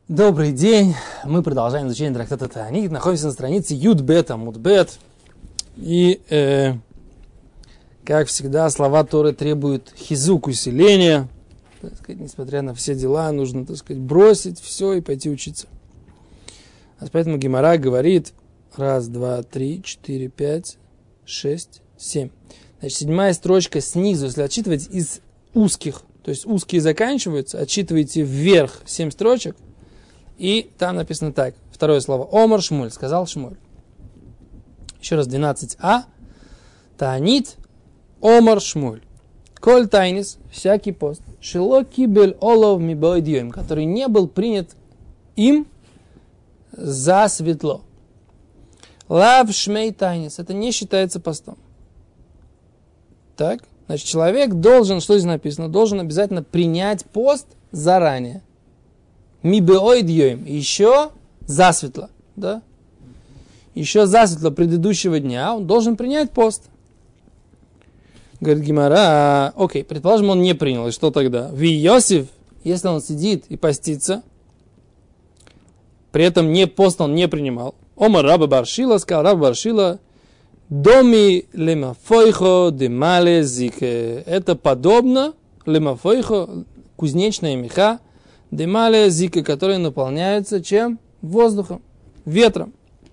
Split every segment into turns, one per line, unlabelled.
Добрый день. Мы продолжаем изучение трактата Таанит. Находимся на странице Юд-бет, Амуд-бет. И, как всегда, слова Торы требуют хизук, усиления. Так сказать, несмотря на все дела, нужно, так сказать, бросить все и пойти учиться. Поэтому Гемара говорит: 1, 2, 3, 4, 5, 6, 7. Значит, 7 строчка снизу, если отчитывать из узких, то есть узкие заканчиваются, отчитываете вверх 7 строчек, и там написано так. Второе слово. Омар Шмуль. Сказал Шмуль. Еще раз 12а. Таанит. Омар Шмуль. Коль тайнис. Всякий пост. Шило кибель олов мибоидьем. Который не был принят им за светло. Лав шмей тайнис. Это не считается постом. Так. Значит, человек должен, что здесь написано, должен обязательно принять пост заранее. Мибеоидьем. Еще засветло. Да? Еще засветло предыдущего дня он должен принять пост. Говорит Гемара, окей, предположим, он не принял. И что тогда? Йосиф, если он сидит и постится, при этом не пост он не принимал. Омар Раба Баршила, сказал Раба Баршила, доми лемафойхо демале зике. Это подобно лемафойхо, кузнечная меха, демале зика, которые наполняются чем? Воздухом, ветром.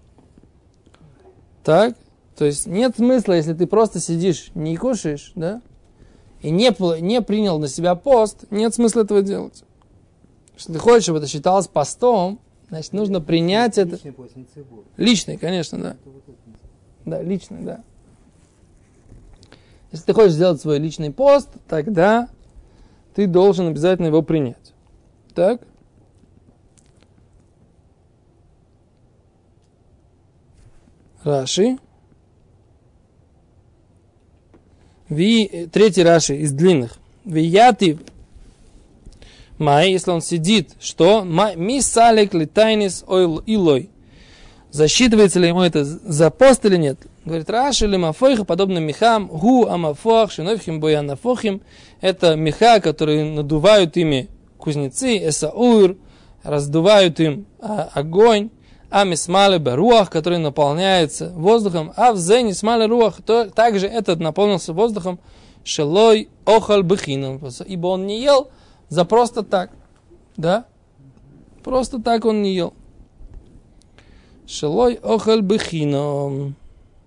Так? То есть нет смысла, если ты просто сидишь, не кушаешь, да? И не принял на себя пост, нет смысла этого делать. Если ты хочешь, чтобы это считалось постом, значит, нужно принять это.
Личный пост, не цибур.
Личный, конечно, да. Да, личный, да. Если ты хочешь сделать свой личный пост, тогда ты должен обязательно его принять. Так? Раши. Третий Раши из длинных. Вияти май, если он сидит, что? Мисалек литайнис ойл илой. Засчитывается ли ему это за пост или нет? Говорит Раши, лимафойха, подобно мехам, гу амафох, шиновхим боянафохим. Это меха, которые надувают ими кузнецы, эсаур, раздувают им огонь, а мисмале баруах, который наполняется воздухом, а в зене смале руах, то также этот наполнился воздухом, шелой охал бхином, ибо он не ел за просто так, да? Просто так он не ел. Шелой охал бхином.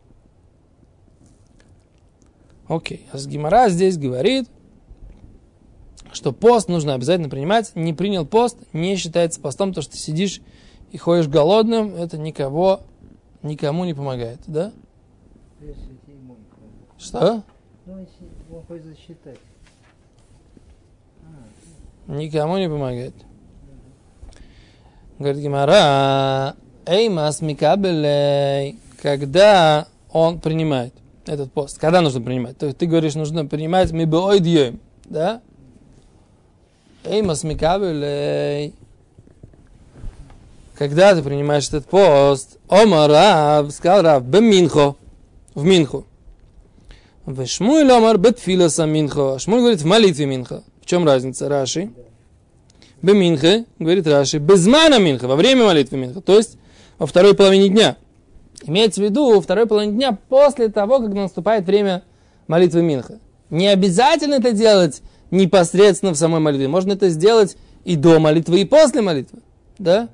Окей, а с Гемара здесь говорит, что пост нужно обязательно принимать. Не принял пост, не считается постом, то, что ты сидишь и ходишь голодным, это никому не помогает, да? Что?
Ну, если он хочет засчитать.
Никому не помогает. Говорит Гемара, эймас микабелей, когда он принимает этот пост. Когда нужно принимать? Ты говоришь, нужно принимать мибеойдьем, да? Эймас микабелей. Когда ты принимаешь этот пост, Омар Рав, сказал Рав, беминхо, в Минху. В Шмуэль Омар бетфиласа Минхо. Шмуэль говорит в молитве Минха. В чем разница, Раши? Беминхе, говорит Раши, безмана Минха, во время молитвы Минха, то есть во второй половине дня. Имеется в виду во второй половине дня после того, как наступает время молитвы Минха. Не обязательно это делать непосредственно в самой молитве. Можно это сделать и до молитвы, и после молитвы. Да?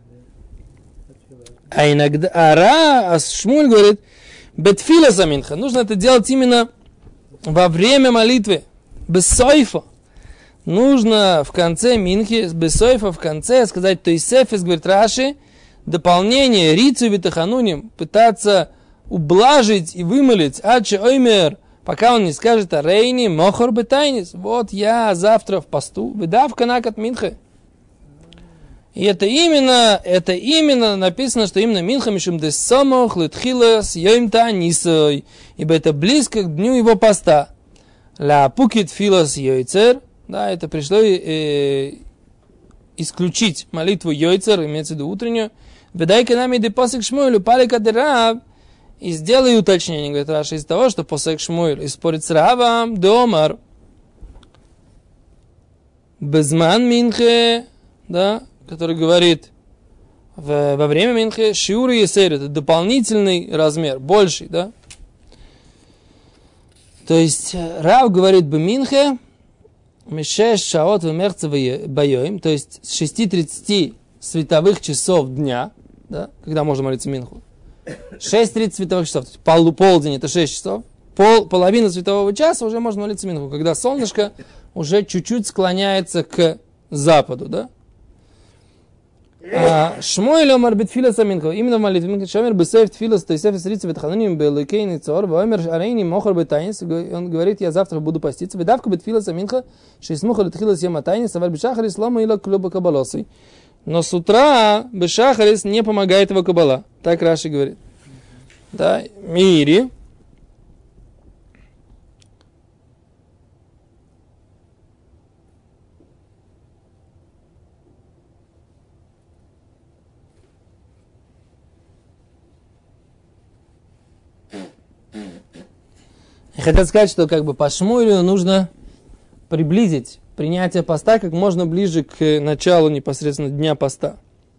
А иногда Шмуль говорит, бетфиласа Минха. Нужно это делать именно во время молитвы. Бессойфа. Нужно в конце Минхи, бессойфа в конце сказать, то есть Сефис, говорит Раши, дополнение рицу витахануним, пытаться ублажить и вымолить аче оймер, пока он не скажет арейни мохор бетайнис. Вот я завтра в посту, выдав канакат Минхи. И это именно написано, что именно Минха мишум дес самох литхилас йоим таанисой, ибо это близко к дню его поста. Ла пукит филас йойцер, да, это пришло исключить молитву йойцер, имеется в виду утреннюю. Ведай-ка нами де посек Шмуэлю палика де Рав, и сделай уточнение, говорит Раши, из того, что посек Шмуэль и спорит с Равом, домар. Безман Минхе, да, который говорит во время Минхи шиуры есер, это дополнительный размер, больший, да? То есть Рав говорит бы Минхе, Мишеш шаот вемерца байоим, то есть с 6:30 световых часов дня, да, когда можно молиться Минху. 6:30 световых часов, то есть полдень это 6 часов, половина светового часа уже можно молиться Минху, когда солнышко уже чуть-чуть склоняется к западу, да. Шмуэль омар битфилас аминху, именно в молитве Минху, шамер бесейф тфилас, то есть срица бетхананим белыкейни цор, вомер арейни мохар бетайнис, он говорит, я завтра буду поститься, ведавка битфилас аминха, шейсмуха литхилас ема тайнис, авар бешахарис лома ила клюба кабалосой. Но с утра бешахарис не помогает его кабала, так Раши говорит. Да, мири. Я хотел сказать, что как бы по Шмуэлю нужно приблизить принятие поста как можно ближе к началу непосредственно дня поста.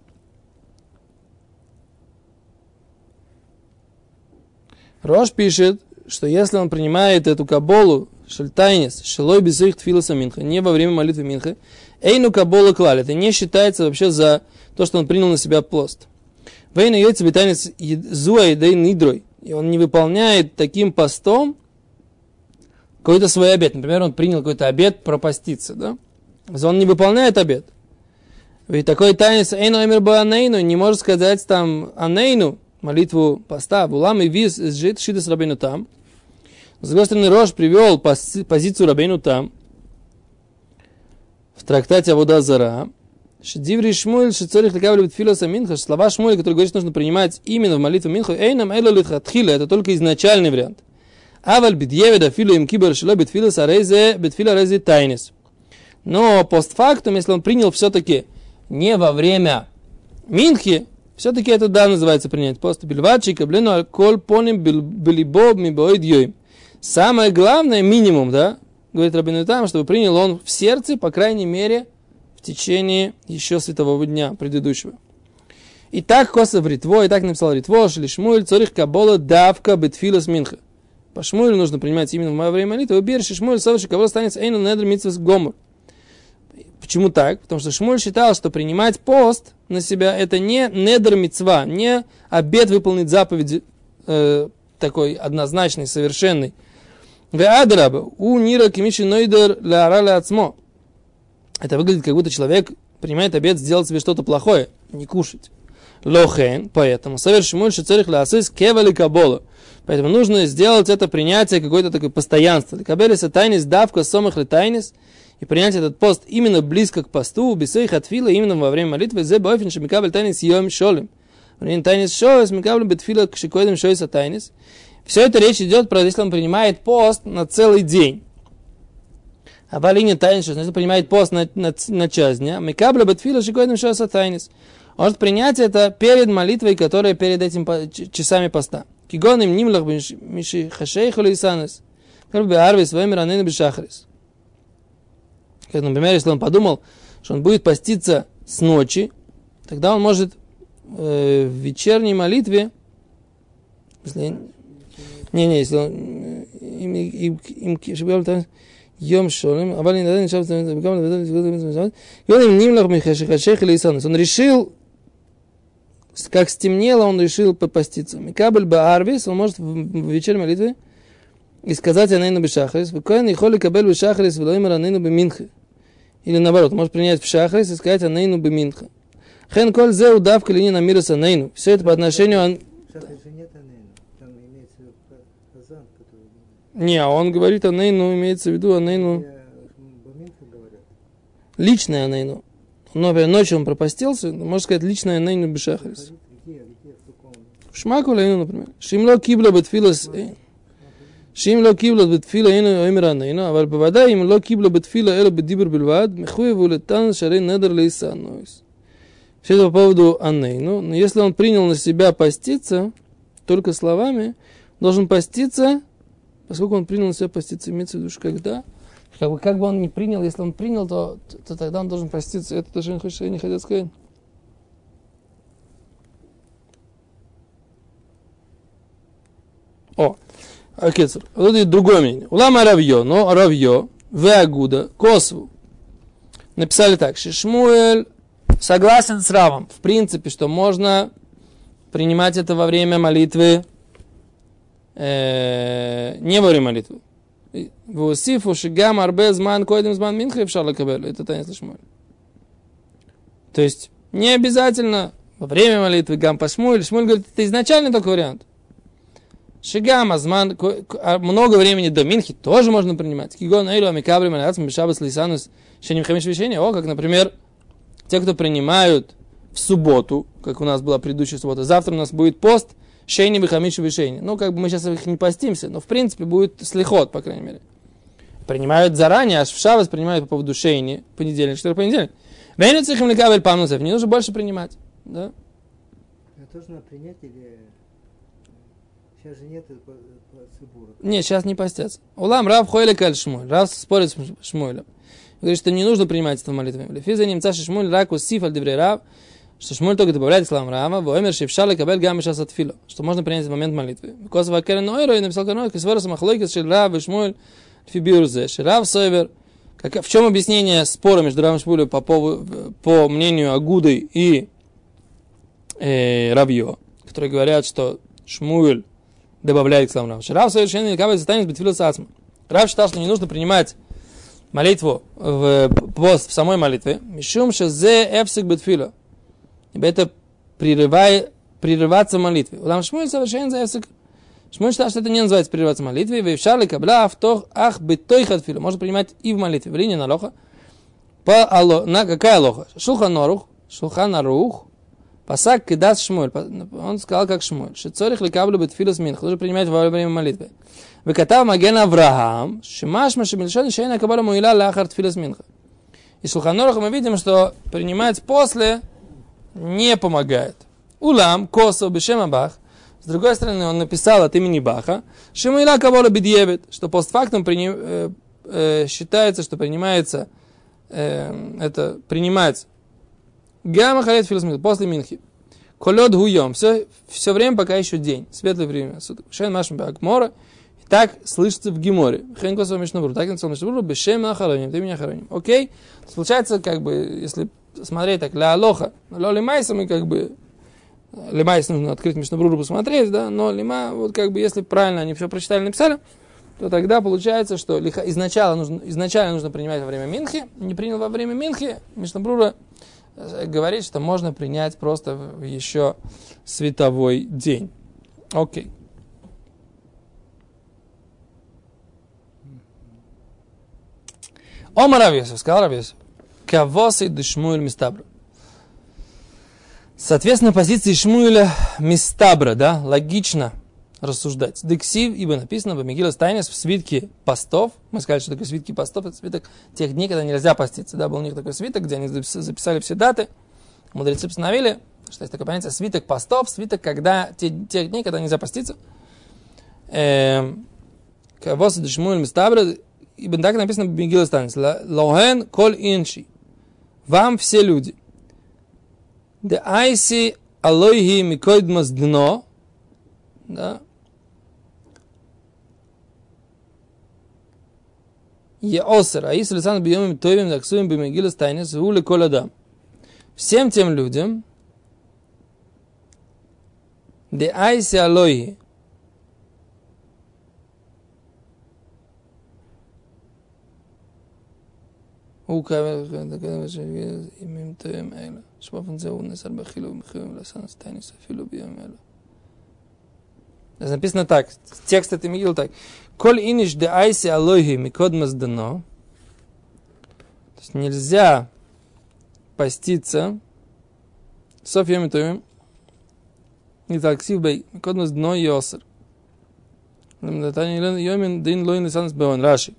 Рош пишет, что если он принимает эту каболу шельтайнис, шелой бисых тфиласа минха, не во время молитвы минха, эйну кабола клаль, это не считается вообще за то, что он принял на себя пост. Вейну йойца битайнис зуай дей нидрой, и он не выполняет таким постом какой-то свой обет. Например, он принял какой-то обет пропаститься, да? Он не выполняет обет. Ведь такой тайнис эйну эмир ба анейну не может сказать там анейну, молитву поста, булам и виз жит шидас рабейну там. С другой стороны, Рош привел позицию рабейну там в трактате Авода Зара. Шедиври Шмуэль шецорих лекавлю битфиласа минха. Слова Шмуэля, которые говорят, что нужно принимать именно в молитву минху, эйнам эйло литхатхила, это только изначальный вариант. Аваль битьеведа филу им кибер шило битфиласа рейзе битфила рейзе тайнис. Но постфактум, если он принял все-таки не во время минхи, все-таки это да называется принять пост. Бельвачи каблену аль-коль поним белибоб мибоид йоим. Самое главное, минимум, да, говорит Рабейну Там, чтобы принял он в сердце, по крайней мере, в течение еще светового дня предыдущего. И так коса в Ритво, и так написал Ритво, шли Шмуэль, цорих кабола давка бетфилас минха. По Шмуэлю нужно принимать именно во время молитвы. Уберешь Шмуэль, совыши кабола станется эйну недр митцвас гомор. Почему так? Потому что Шмуэль считал, что принимать пост на себя это не недр митцва, не обет выполнить заповедь такой однозначный, совершенный. Это выглядит, как будто человек принимает обет сделать себе что-то плохое, не кушать. Лохен, поэтому поэтому нужно сделать это принятие какое-то такое постоянство. И принять этот пост именно близко к посту, бисейх атфила, именно во время молитвы, зе бойфин шемикабель тайнис йом шолем. Тайнис шоес, микабель бетфила кшикойдем шоеса тайнис. Все это речь идет про, если он принимает пост на целый день. А валине тайнис, если он принимает пост на час дня, микабель бетфила кшикойдем шоеса тайнис. Может принять это перед молитвой, которая перед этим часами поста. Кигон им нимлах миши хашейху лейсанес. Как бы арвис вэмир анейну бешахарис. Как, например, если он подумал, что он будет поститься с ночи, тогда он может в вечерней молитве, если он он решил, как стемнело, он решил попаститься. Микабель баарвис, он может в вечерней молитве и сказать анейну бешахарис, векоэн ихоли кабель бешахарис велоимер анейну беминхе. Или наоборот, может принять в шахрис и сказать анейну беминха. Хен коль зе удавка лини на мирус анейну. Все это по отношению...
В шахрисе нет анейну. Там имеется в виду казан, который...
Не, он говорит анейну, имеется в виду анейну...
Беминха говорят.
Личное анейну. Но, например, ночью он пропастился, можно сказать личное анейну бешахрис.
Где? В каком?
В шмаку анейну, например. Шимло кибла бетфилас... שאם לא קיבלו בתפילה אינו אומר ענינו, אבל בוודאי אם לא קיבלו בתפילה אלא בדיבר בלבד, מחויבו לתן шарей недер лейсанойс. Все это по поводу анейну. Но если он принял на себя поститься только словами, должен поститься, поскольку он принял на себя поститься, имеется в виду, когда, как бы он не принял, если он принял, то тогда он должен поститься. Это тоже я не хотел сказать. Акецер. Вот это другое мнение. Улама Равьё, но Равьё, Веагуда, Косву. Написали так, Шишмуэль согласен с Равом, в принципе, что можно принимать это во время молитвы, не во время молитвы. Вусифу шигам арбе зман койдем зман минха и вшарла кабель. Это Танис Шмуэль. То есть, не обязательно во время молитвы гам по Шмуэль. Шмуэль говорит, это изначально такой вариант. Шигам, азман, много времени до минхи тоже можно принимать. Кигон эйлу амикабри маляцам бешабас лисанус шеним хамиш вишения. Как, например, те, кто принимают в субботу, как у нас была предыдущая суббота, завтра у нас будет пост шейни бихамиш вишения. Мы сейчас их не постимся, но в принципе будет слихот, по крайней мере. Принимают заранее, аж в шаббат принимают по поводу шейни, понедельник, четверг, понедельник. Вейну цихим лекабель памнусев, не нужно больше принимать. Да?
Это тоже надо принять или... Сейчас же нет цибура.
Нет, сейчас не постятся. Улам Рав Хойлек аль Шмуэль. Рав спорит с Шмуэлем. Говорит, что не нужно принимать это в молитве. Лефиза немца Шмуэль раку сиф аль деврей Рав, что Шмуэль только добавляет слам Рава, воэмер шившал лекабель гам мишас атфило, что можно принять в момент молитвы. Косва керен ойро и написал каной, кисварас махлойкис шель Рав и Шмуэль фибиурзе. Рав Сойвер. В чем объяснение спора между Равом и Шмуэлем по мнению Агуды и Равьё, которые говорят, что Шмуэль добавляет к слам Рава. Рав совершенно лекабель застанет битфилос ацма. Рав считал, что не нужно принимать молитву в пост в самой молитве. Мишум шазе эфсик битфило. Это прерываться в молитве. Улам Шмуэль совершенно за эфсик. Шмуэль считал, что это не называется прерываться в молитве. Вевшар лекабля автох ах биттой хатфило. Можно принимать и в молитве. В линии на лоха. На какая лоха? Шулхан Арух. Пасак кидас Шмуэль. Он сказал, как Шмуэль. Шицорих лекаблю битфилос минх. Нужно принимать во время молитвы. Векатав маген Авраам. Шимашма шемельшон шейна кабала муила лахар тфилос минха. Из Шулхан Аруха мы видим, что принимать после не помогает. Улам косо бешема бах. С другой стороны, он написал от имени Баха, шемуила кабала бедьевет, что постфактум считается, что принимается, это принимается. Гамма халет филосмит, после минхи. Колод гуйом, все время, пока еще день, светлое время. Шен машем бакмора, так слышится в Геморе. Хен косо мишнабру, так написал мишнабру, бешем ахароним, ты меня ахароним. Окей? Получается, если смотреть так, ля алоха, ля лимайса мы лимайс нужно открыть мишнабру посмотреть, да, но лима, если правильно они все прочитали, написали, то тогда получается, что изначально нужно принимать во время минхи, не принял во время минхи, мишнабрура говорит, что можно принять просто в еще световой день. Окей. Омар Рав Йосеф, сказал Рав Йосеф, кавосы де Шмуэль мистабра. Соответственно, позиции Шмуэля мистабра, да, логично рассуждать. Дексив, ибо написано в Мегилос Тайнес в свитке постов. Мы сказали, что такое свитки постов. Это свиток тех дней, когда нельзя поститься. Да, был у них такой свиток, где они записали все даты. Мудрецы постановили, что есть такое понятие свиток постов, свиток, когда тех дней, когда нельзя поститься. Кавосы де Шмуэль мистабра, ибо так написано в Мегилос Тайнес. Логен коль инши. Вам все люди. Де айси алойхи микойдмас дно. Да. Еосер, аис лисан бьемим тойвим даксуем бимегилас тайнес вуле коладам. Всем тем людям, де айси алойхи, имим тойвим эйла. Шпафан зеу несар бахилу михуем ласанас тайнес афилу бьемим эйла. Написано так, текст это Мегилла так. Коль иниш де айси алойхи микодмас дано. То есть нельзя поститься. Соф йоми тоим. Не так, сивбей. Микодмас дно йосер. Йомин дин лоин лисанс беон. Раши.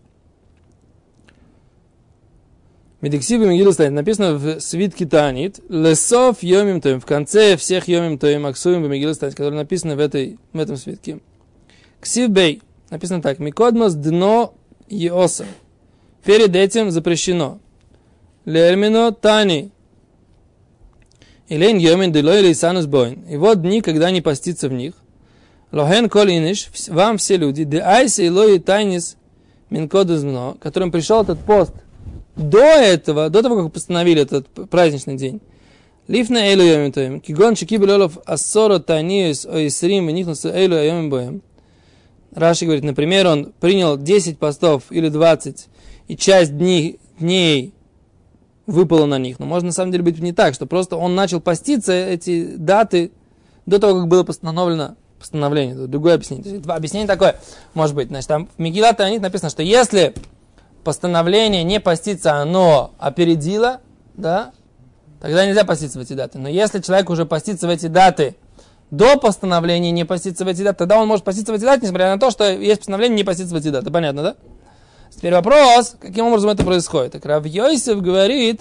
Медиксивы Мегилла стоит. Написано в свитке Таанит. Лесов йомим тоим. В конце всех йомим тоим аксуем в Мегилла стоит, который написано в этом свитке. Ксивбей. Написано так. Микодмос дно йоса. Перед этим запрещено. Лермино тани. Илейн йомин делой лейсанус бойн. И вот дни, когда не поститься в них. Лохен кол иниш, вам все люди, де айси лои тайнис минкодезмно, которым пришел этот пост до того, как постановили этот праздничный день. Лифна эйлу йомим тоим, кигон чекибель олов ассоро тайниус оисрим венихнуса эйлу йомим боем. Раши говорит, например, он принял 10 постов или 20, и часть дней выпало на них. Но может на самом деле быть не так, что просто он начал поститься эти даты до того, как было постановление. Это другое объяснение. То есть, объяснение такое может быть. Значит, там в Мегилат Таанит написано, что если постановление не поститься, оно опередило, да, тогда нельзя поститься в эти даты. Но если человек уже постится в эти даты до постановления, не поститься в эти даты, тогда он может поститься в эти даты, несмотря на то, что есть постановление не поститься в эти даты. Понятно, да? Теперь вопрос, каким образом это происходит. Так Рав Йосеф говорит,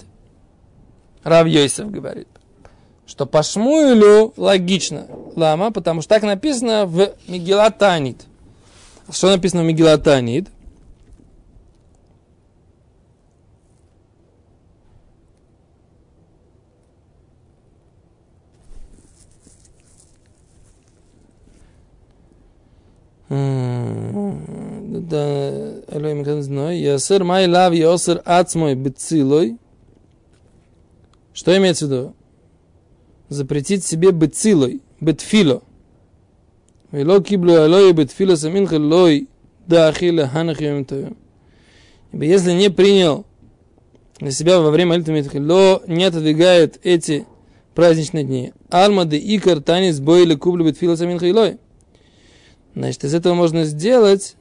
что по Шмуэлю логично. Лама, потому что так написано в Мегилат Таанит. Что написано в Мегилат Таанит? Ясер май лав йосер ацмой бецилой. Что имеется в виду? Запретить себе бецилой, бетфило. Вело киблу алой бетфило саминха лой дахила ханах йомитою. Ибо если не принял на себя во время молитвы Митхило, не отодвигает эти праздничные дни. Алма де икар танис бойли кублю бетфило саминха илой. Значит, из этого можно сделать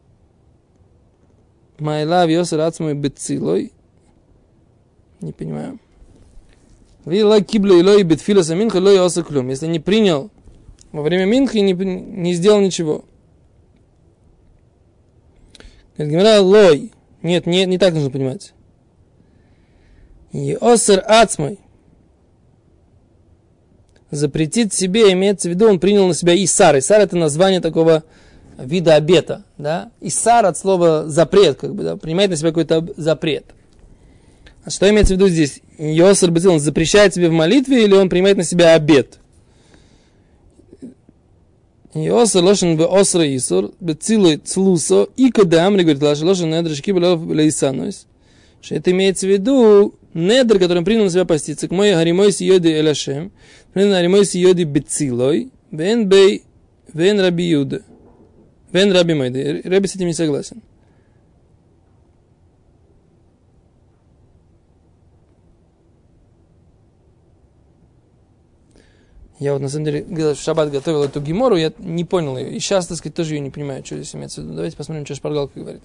Майлав Йосер Ацмой Бецилой. Не понимаю. Вила киблю илой бетфила саминха лой йосер клюм. Если не принял во время минхи, не сделал ничего. Говорит, Гемара лой. Нет, не так нужно понимать. Йосер Ацмой. Запретить себе, имеется в виду, он принял на себя Исар. Исар — это название такого вида обета. Да? Исар от слова запрет, как бы, да? Принимает на себя какой-то запрет. А что имеется в виду здесь? Йосер Бецил, он запрещает себе в молитве или он принимает на себя обет? Йосер лошен в осра Исур, Бецилой цлусо, и когда Амри говорит, лошен недрашки белов лейсануис. Что это имеется в виду недр, который принял на себя поститься, к моей харимой сиоди элашем, принял харимой сиоди бецилой, вен бей, вен раби юда, вен раби майды. Раби с этим не согласен. Я вот на самом деле в шаббат готовил эту гемору, я не понял ее. И сейчас, так сказать, тоже ее не понимаю, что здесь имеется в виду. Давайте посмотрим, что Шпаргалка говорит.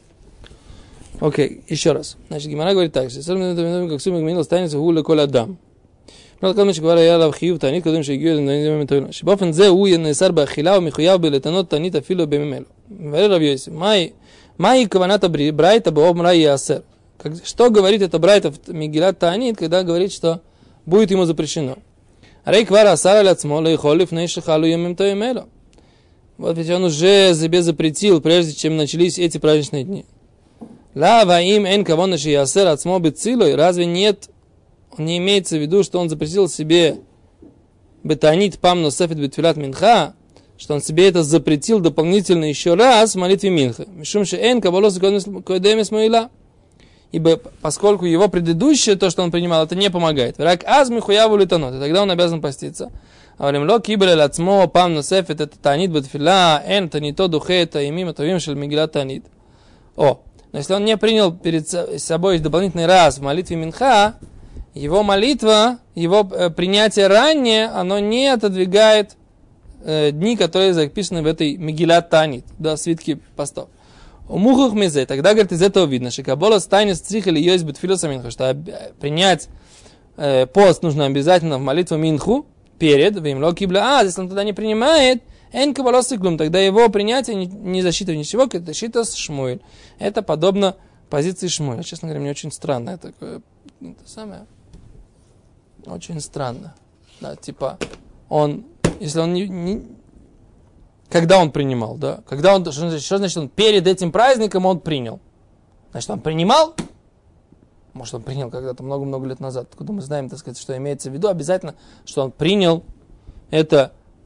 Окей, еще раз. Значит, Гемара говорит так. Как сумма гмила станется гуля коля дам. Правда, когда мы говорим, я лав хиюв танит, когда мы шегию, на момент того. Шибофен зе уе несар бахила, михуяв белетанот танит афило бемемело. Говорит Рав Йосеф, май каваната брайта баоб мрай ясер. Что говорит это брайта в Мегилат Таанит, когда говорит, что будет ему запрещено? Рей квара асара ляцмо лейхолив нейшихалу ямим тоемело. Вот ведь он уже себе запретил, прежде чем начались эти праздничные дни. Лава им эн кавон ясер ацмо бецилой. Разве нет, он не имеется в виду, что он запретил себе бетанит пам носефет бетфилат минха, что он себе это запретил дополнительно еще раз в молитве минха. Мишум ше эн каволос коэдемес моила. Ибо поскольку его предыдущее, то, что он принимал, это не помогает. Рак азми хуяву литанот. И тогда он обязан поститься. Говорим, ло кибеле лацмо пам носефет это танит бетфила эн танито духе это имим это вим шель мегилат танит. Но если он не принял перед собой дополнительный раз в молитве Минха, его молитва, его принятие ранее, оно не отодвигает дни, которые записаны в этой Мегилат Таанит, да, свитке постов. У мухах мезе, тогда, говорит, из этого видно, что кабола станет стрих или есть бетфилоса Минха, что принять пост нужно обязательно в молитву Минху перед, вимло кибла, если он туда не принимает, эн кабалосы клум, тогда его принятие не засчитывает ничего, это щитас Шмуэль. Это подобно позиции Шмуэля. Честно говоря, мне очень странно. Это самое. Очень странно. Да, типа, он, если он когда он принимал, да? Когда он, что значит он перед этим праздником он принял? Значит, он принимал? Может, он принял когда-то много-много лет назад. Откуда мы знаем, так сказать, что имеется в виду? Обязательно, что он принял это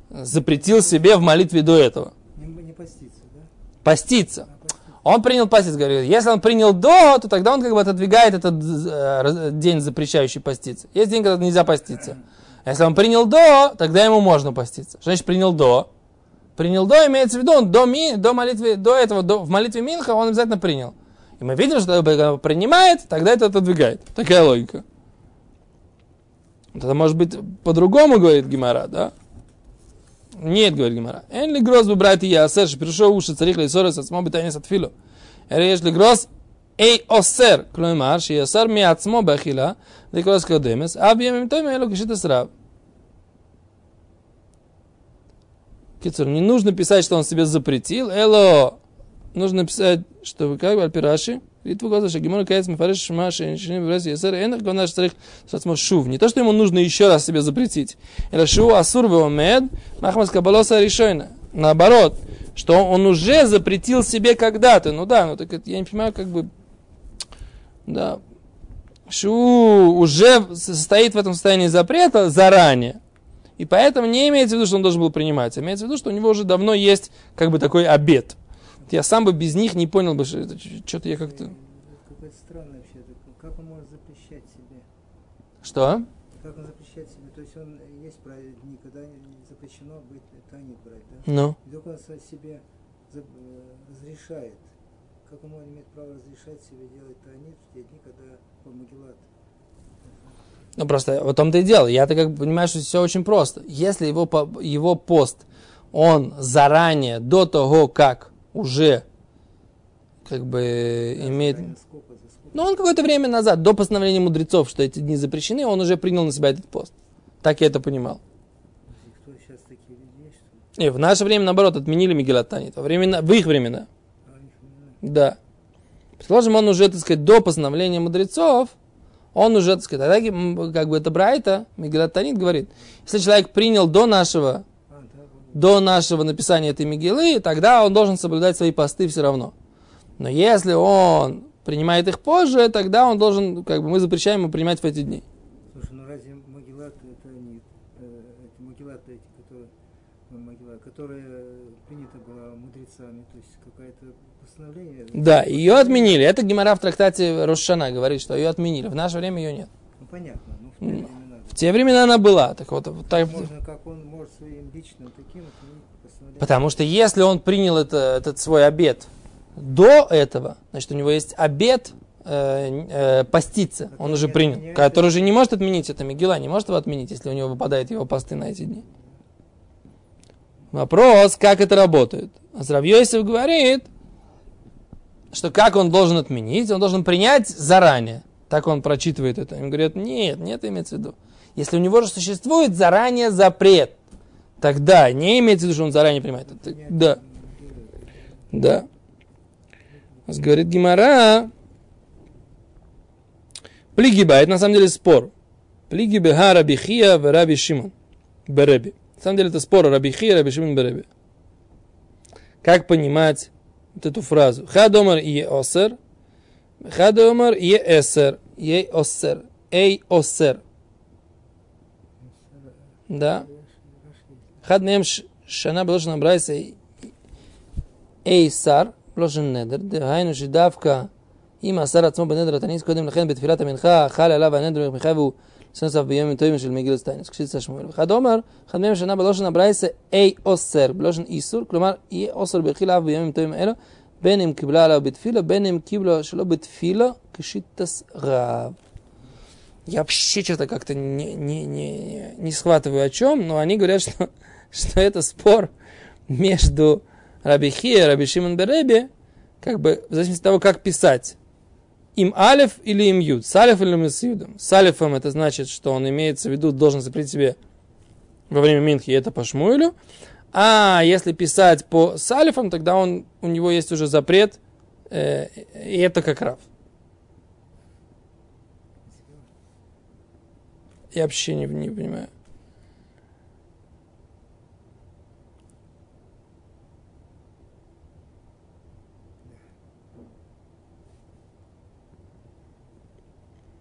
запретил себе в молитве до этого.
Не поститься, да?
Поститься.
Поститься.
Он принял поститься, говорит. Если он принял до, то тогда он как бы отодвигает этот день, запрещающий поститься. Есть день, когда нельзя поститься. Если он принял до, тогда ему можно поститься. Что значит принял до? Принял до, имеется в виду, он до молитвы, до этого, в молитве Минха он обязательно принял. И мы видим, что когда он принимает, тогда это отодвигает. Такая логика. Это может быть по-другому, говорит Гемара, да? Нет, говорит Гемара. Эн ли гроз бы брать и ясер, что пришел уши царих ли ссоры с отцмом бетайнес от филу. Эр ли гроз эй осер, клоймар, что ясер ми отцмо бахила, да гроз кодемес, а бьем той мэлу кишит срав. Кицур, не нужно писать, что он себе запретил. Эло, нужно писать, что как бы Пираши. Не то, что ему нужно еще раз себе запретить. Наоборот, что он уже запретил себе когда-то. Ну да, ну так это, я не понимаю, как бы, да, Шу уже состоит в этом состоянии запрета заранее. И поэтому не имеется в виду, что он должен был принимать. Имеется в виду, что у него уже давно есть как бы такой обет. Я сам бы без них не понял бы, что это что-то я как-то...
Какое-то странное вообще. Как он может запрещать себе?
Что?
Как он запрещает себе? То есть он есть дни, когда запрещено быть танит брать, да?
Ну.
И только он себе разрешает. Как он имеет право разрешать себе делать танит в те дни, когда по Магилат?
Ну просто в том-то и дело. Я-то как бы понимаю, что все очень просто. Если его пост, он заранее, до того, как уже как бы да, имеет... Ну, он какое-то время назад, до постановления мудрецов, что эти дни запрещены, он уже принял на себя этот пост. Так я это понимал.
Кто сейчас такие люди есть, что ли?
Не, в наше время, наоборот, отменили Мегилат Танит. В их времена. Да. Предположим, он уже, так сказать, до постановления мудрецов, он уже, так сказать, тогда, как бы это Брайта, Мегилат Танит говорит, если человек принял до нашего написания этой Мегилы, тогда он должен соблюдать свои посты все равно. Но если он принимает их позже, тогда он должен, как бы мы запрещаем ему принимать в эти дни.
Слушай, ну разве Магилат это не Магилат эти, которые принято было мудрецами, то есть какое-то постановление?
Да, ее отменили. Это Гемара в трактате Рош ха-Шана говорит, что ее отменили. В наше время ее нет.
Ну понятно, ну в те времена.
В те времена она была. Так вот, так...
Можно, как он может своим личным таким отменить постановление?
Потому что если он принял этот свой обет до этого, значит, у него есть обет поститься. Он уже принял. Который уже не может отменить это Мегила, не может его отменить, если у него выпадают его посты на эти дни. Вопрос, как это работает. Рав Йосеф говорит, что как он должен отменить, он должен принять заранее. Так он прочитывает это. Им говорят, нет, имеется в виду. Если у него же существует заранее запрет, тогда не имеется в виду, что он заранее принимает. Да. Да. Говорит Гемара, плигиба, это на самом деле спор. Плигиба ха Раби Хия в Раби Шимон Береби. На самом деле это спор Раби Хия, Раби Шимон Береби. Как понимать вот эту фразу? Хадомар е осер, хадомар е эсер, ей осер, эй осер. Да. Хад мем шана бложен брайса эй сар, בלושן נדר, דהיינו שדווקא אם אסר עצמו בנדר התניס קודם לכן בתפילת המנחה, חל עליו הנדר במנחה והוא סנסף ביום טובים של מגילת סטיינס, כשיצא שמואל. אחד אומר, אחד מהם שנה בלושן הברייסה אי אוסר, בלושן איסור, כלומר יהיה אוסר בחילה בימים טובים אלו, בין אם קיבלה עליו בתפילה, בין אם קיבלה שלא בתפילה, כשיטס רב. Я вообще что-то как-то не схватываю о чем, но они говорят, что это спор между Раби Хия, Раби Шимон Береби, как бы в зависимости от того, как писать. Им алиф или им юд. С алиф или с юдом. С алифом это значит, что он имеется в виду, должен запретить себе во время Минхи, это по Шмуэлю. А если писать по с алифом, тогда у него есть уже запрет, и это как Рав. Я вообще не понимаю.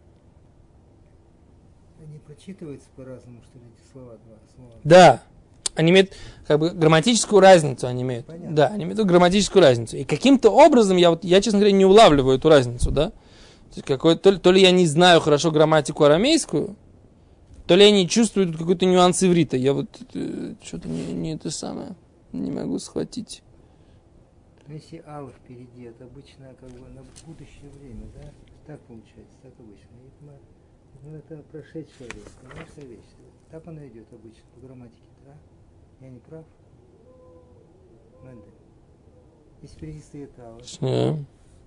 Они прочитываются по-разному, что ли, эти слова, два слова?
Да. Они имеют как бы грамматическую разницу, они имеют.
Понятно.
Да, они имеют грамматическую разницу. И каким-то образом я, честно говоря, не улавливаю эту разницу, да. То есть то ли я не знаю хорошо грамматику арамейскую, то ли я не чувствую тут какой-то нюанс иврита. Я вот что-то не это самое, не могу схватить.
Если алов впереди, это обычно как бы на будущее время, да? Так получается, так обычно. Это прошедшее время, конечно, вещь. Так оно идет обычно по грамматике, да? Я не прав? Мендель. Если впереди стоит алов.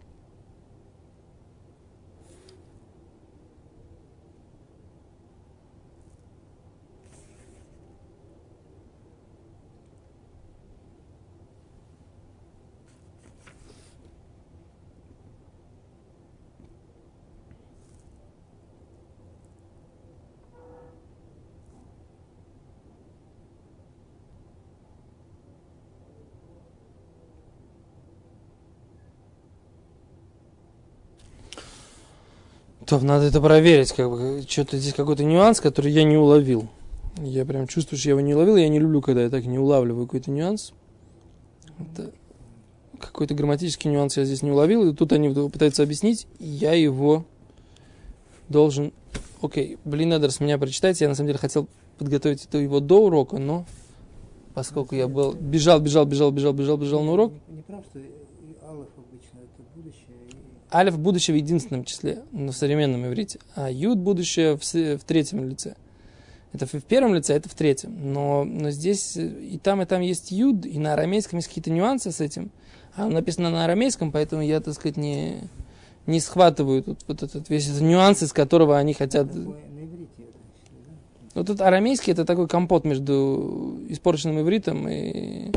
То надо это проверить, как бы, что-то здесь какой-то нюанс, который я не уловил. Я прям чувствую, что я его не уловил, я не люблю, когда я так не улавливаю какой-то нюанс. Это какой-то грамматический нюанс я здесь не уловил, и тут они пытаются объяснить, и я его должен... Окей, надо с меня прочитать, я на самом деле хотел подготовить это его до урока, но поскольку я бежал на урок...
Не прав, что алов обычно это будущее.
Алиф будущее в единственном числе, но в современном иврите, а Юд будущее в третьем лице. Это в первом лице, это в третьем. Но здесь и там есть Юд, и на арамейском есть какие-то нюансы с этим. А оно написано на арамейском, поэтому я, так сказать, не схватываю тут вот этот весь этот нюанс, из которого они хотят...
На иврите это, да?
Вот этот арамейский, это такой компот между испорченным ивритом и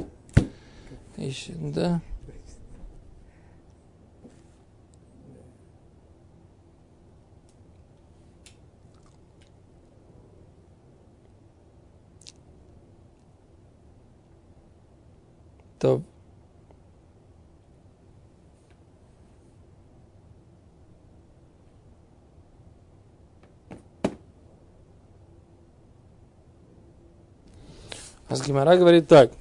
да. То. Гемара говорит так.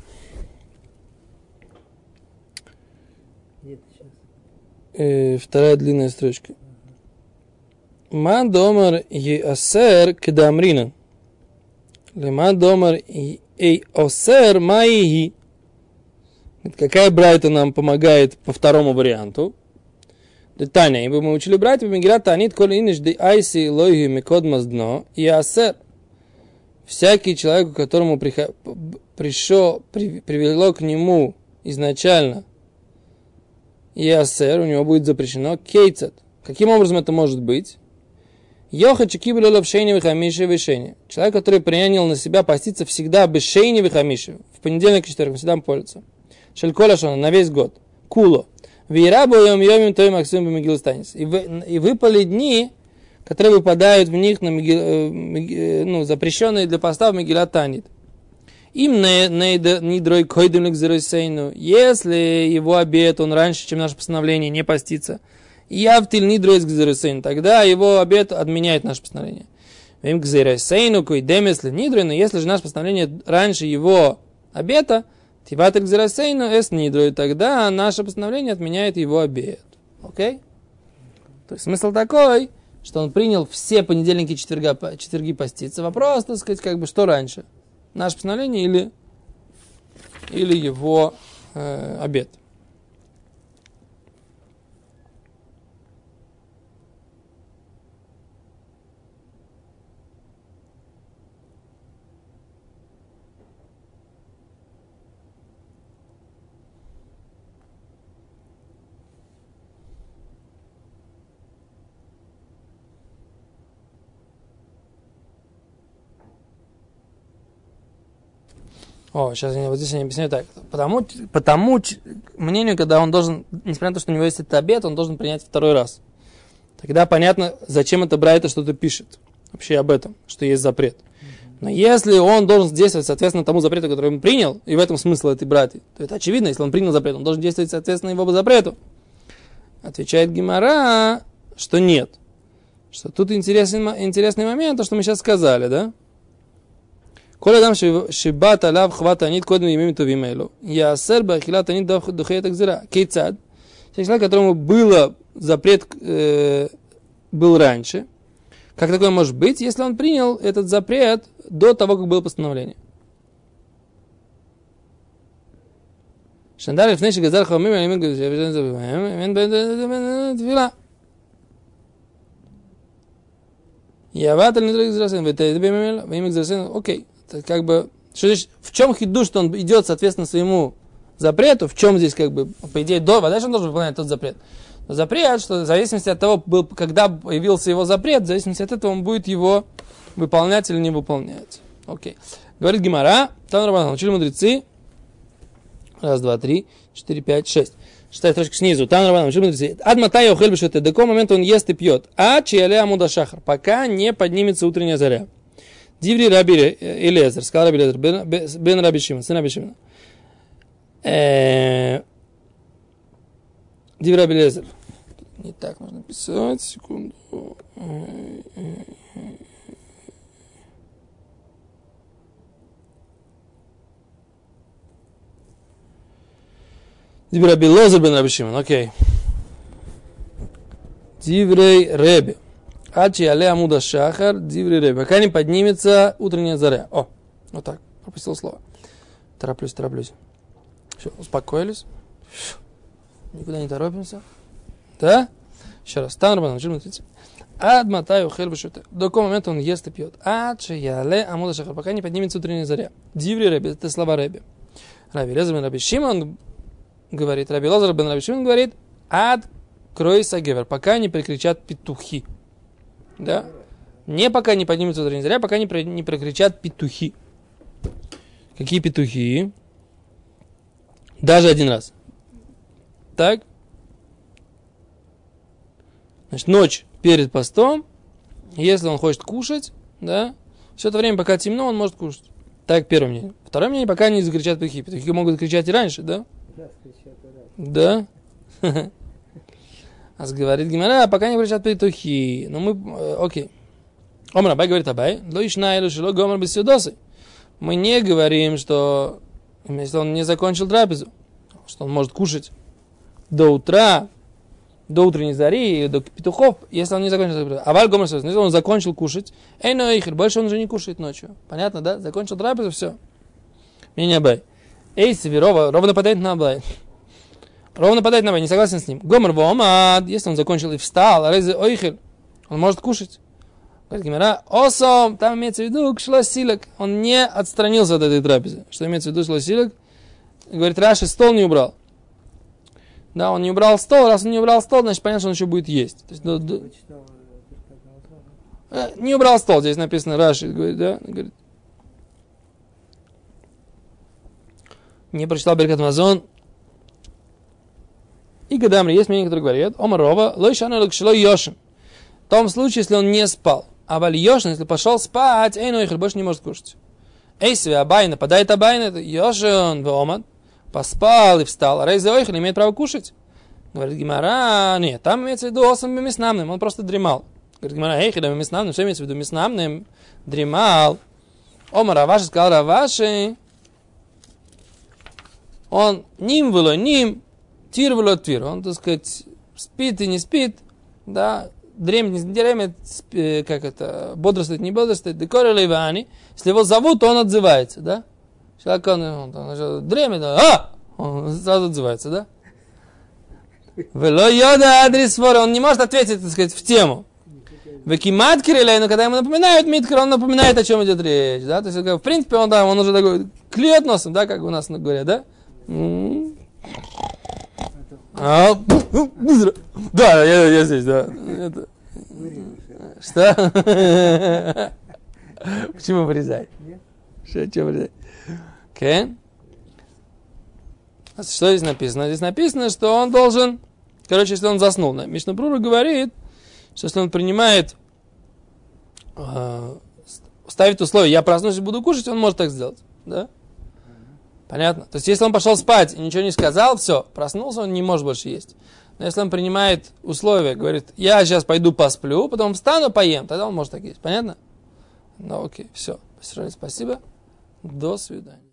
Где-то сейчас.
Вторая длинная строчка. Ма домар еасер кедамрина. Лема домар ей осер маиги. Какая брайта нам помогает по второму варианту? Таня, ибо мы учили брать, Мегилат Танит, коли иниш де айси лойги мекод маздно и асер. Всякий человек, которому привело к нему изначально и асер, у него будет запрещено кейцет. Каким образом это может быть? Йоха чекибелёла в шейне вихамиши вишейне. Человек, который принял на себя поститься всегда без шейне вихамиши. В понедельник и четверг, всегда пользуется. Шельколяшона на весь год. Куло. Вирабу йом той максим бемигилстанис. И выпали дни, которые выпадают в них на запрещенные для поста в Мегилат Танит. Им нидрой койдемлик зеройсейну. Если его обет, он раньше, чем наше постановление, не постится. Явтиль нидрой зеройсейну. Тогда его обет отменяет наше постановление. Им к зеройсейну койдемесли нидрой. Но если же наше постановление раньше его обета, Тиватель Гзерасейну эс нидрой, тогда наше постановление отменяет его обет. Окей? То есть смысл такой, что он принял все понедельники и четверги поститься. Вопрос, так сказать, как бы что раньше? Наше постановление или его обет? Сейчас вот здесь они объясняют так. По тому мнению, когда он должен, несмотря на то, что у него есть этот обет, он должен принять второй раз. Тогда понятно, зачем это Брайта что-то пишет. Вообще об этом, что есть запрет. Но если он должен действовать соответственно тому запрету, который он принял, и в этом смысл этой брати, то это очевидно, если он принял запрет, он должен действовать соответственно его запрету. Отвечает Гемара, что нет. Что тут интересный момент, то, что мы сейчас сказали, да? Коля дам шибат алав хвата анит кодм имем тувим элу. Я сэр бахилат анит духеет акзира. Кейцад. Человек, которому было запрет был раньше. Как такое может быть, если он принял этот запрет до того, как было постановление? Шандар לפני שגזר חכמים על ימין קדושה ושאין זה בהם, אין תפילה. Яват или не экзерсен, во имя экзерсен, окей. Как бы, что здесь, в чем хидуш, что он идет, соответственно, своему запрету, в чем здесь, как бы, по идее, дальше он должен выполнять тот запрет. Но запрет, что в зависимости от того, когда появился его запрет, в зависимости от этого он будет его выполнять или не выполнять. Окей. Говорит Гемара, там Раббанан, учили мудрецы, 1, 2, 3, 4, 5, 6. Шестая строчка снизу. Там Раббанан, учили мудрецы. Адматай охель бешете. До какого момента он ест и пьет? А чиале амуда шахар. Пока не поднимется утренняя заря. Диври Раби Элиэзер. Сказал Раби Элиэзер. Бен Раби Шимон. Сын Раби Шимона. Диври Раби Элиэзер. Не так можно писать. Секунду. Диврей Раби Лозер бен Раби Шимон, окей. Диврей Реби. Ачи але амуда шахар, диврей Реби. Пока не поднимется утренняя заря. О, вот так, пропустил слово. Тороплюсь. Все, успокоились. Никуда не торопимся. Да? Еще раз. Там Раббанан, учили мудрецы. Ад матай ухель бешуте. До какого момента он ест и пьет? Ачи але амуда шахар. Пока не поднимется утренняя заря. Диврей Реби, это слова Реби. Раби Элиэзер бен Раби Шимон говорит, Раби Лозер бен Раби Шимон говорит, ад кройса гевер, пока не прикричат петухи. Да? Не пока не поднимется утренняя заря, пока не прикричат петухи. Какие петухи? Даже один раз. Так? Значит, ночь перед постом, если он хочет кушать, да, все это время, пока темно, он может кушать. Так, первое мнение. Второе мнение, пока не закричат петухи. Петухи могут кричать и раньше, да? Да? А говорит Гемара, пока не кричат петухи. Но мы, окей. Омар Абай говорит Абай, лоишна или шило гомар беседосы. Мы не говорим, что если он не закончил трапезу, что он может кушать до утра, до утренней зари, до петухов, если он не закончил трапезу. Аваль гомар беседосы, если он закончил кушать, больше он уже не кушает ночью. Понятно, да? Закончил трапезу, все. Мнение Абай. Эй, Северова, ровно нападает на Абай. Не согласен с ним. Гомер вомад, если он закончил и встал, он может кушать. Говорит Гемара, осом, там имеется в виду шласилек. Он не отстранился от этой трапезы. Что имеется в виду шласилек? Говорит, Раши стол не убрал. Да, он не убрал стол. Раз он не убрал стол, значит понятно, что он еще будет есть. То есть, не убрал стол, здесь написано Раши, говорит, да? Говорит, не прочитал Беркат Мазон. И Гадамри, есть мнение, которые говорят, Омарова, лойшана лакшило йошин. В том случае, если он не спал. А вали йошин, если пошел спать, больше не может кушать. Эйсви Абай, нападает Абай, это йошин, вомад, поспал и встал. А рейзе ойхель имеет право кушать. Говорит Гемара, нет, там имеется в виду осом бемиснамным, он просто дремал. Говорит Гемара, эйхель бемиснамным, что имеется в виду бемиснамным? Дремал. Омар Раваши сказал Раваши, он ним было ним, тир было твир. Он, так сказать, спит и не спит, да, дремит, не дремит, как это, бодрствует, не бодрствует. Декори лейвани, если его зовут, он отзывается, да. Человек, он дремит, он сразу отзывается, да. Вело йода адрес фора, он не может ответить, так сказать, в тему. Векимат кирилей, но когда ему напоминают миткер, он напоминает, о чем идет речь, да. То есть, в принципе, он уже такой, клюет носом, да, как у нас говорят, да. Да, я здесь, да. Что? Почему вырезать? Что вырезать? Окей. Что здесь написано? Здесь написано, что он должен, если он заснул. Мишна Брура говорит, что если он принимает, ставит условие, я проснусь и буду кушать, он может так сделать, да? Понятно? То есть, если он пошел спать и ничего не сказал, все, проснулся, он не может больше есть. Но если он принимает условия, говорит, я сейчас пойду посплю, потом встану, поем, тогда он может так есть. Понятно? Ну, окей, все. Спасибо. До свидания.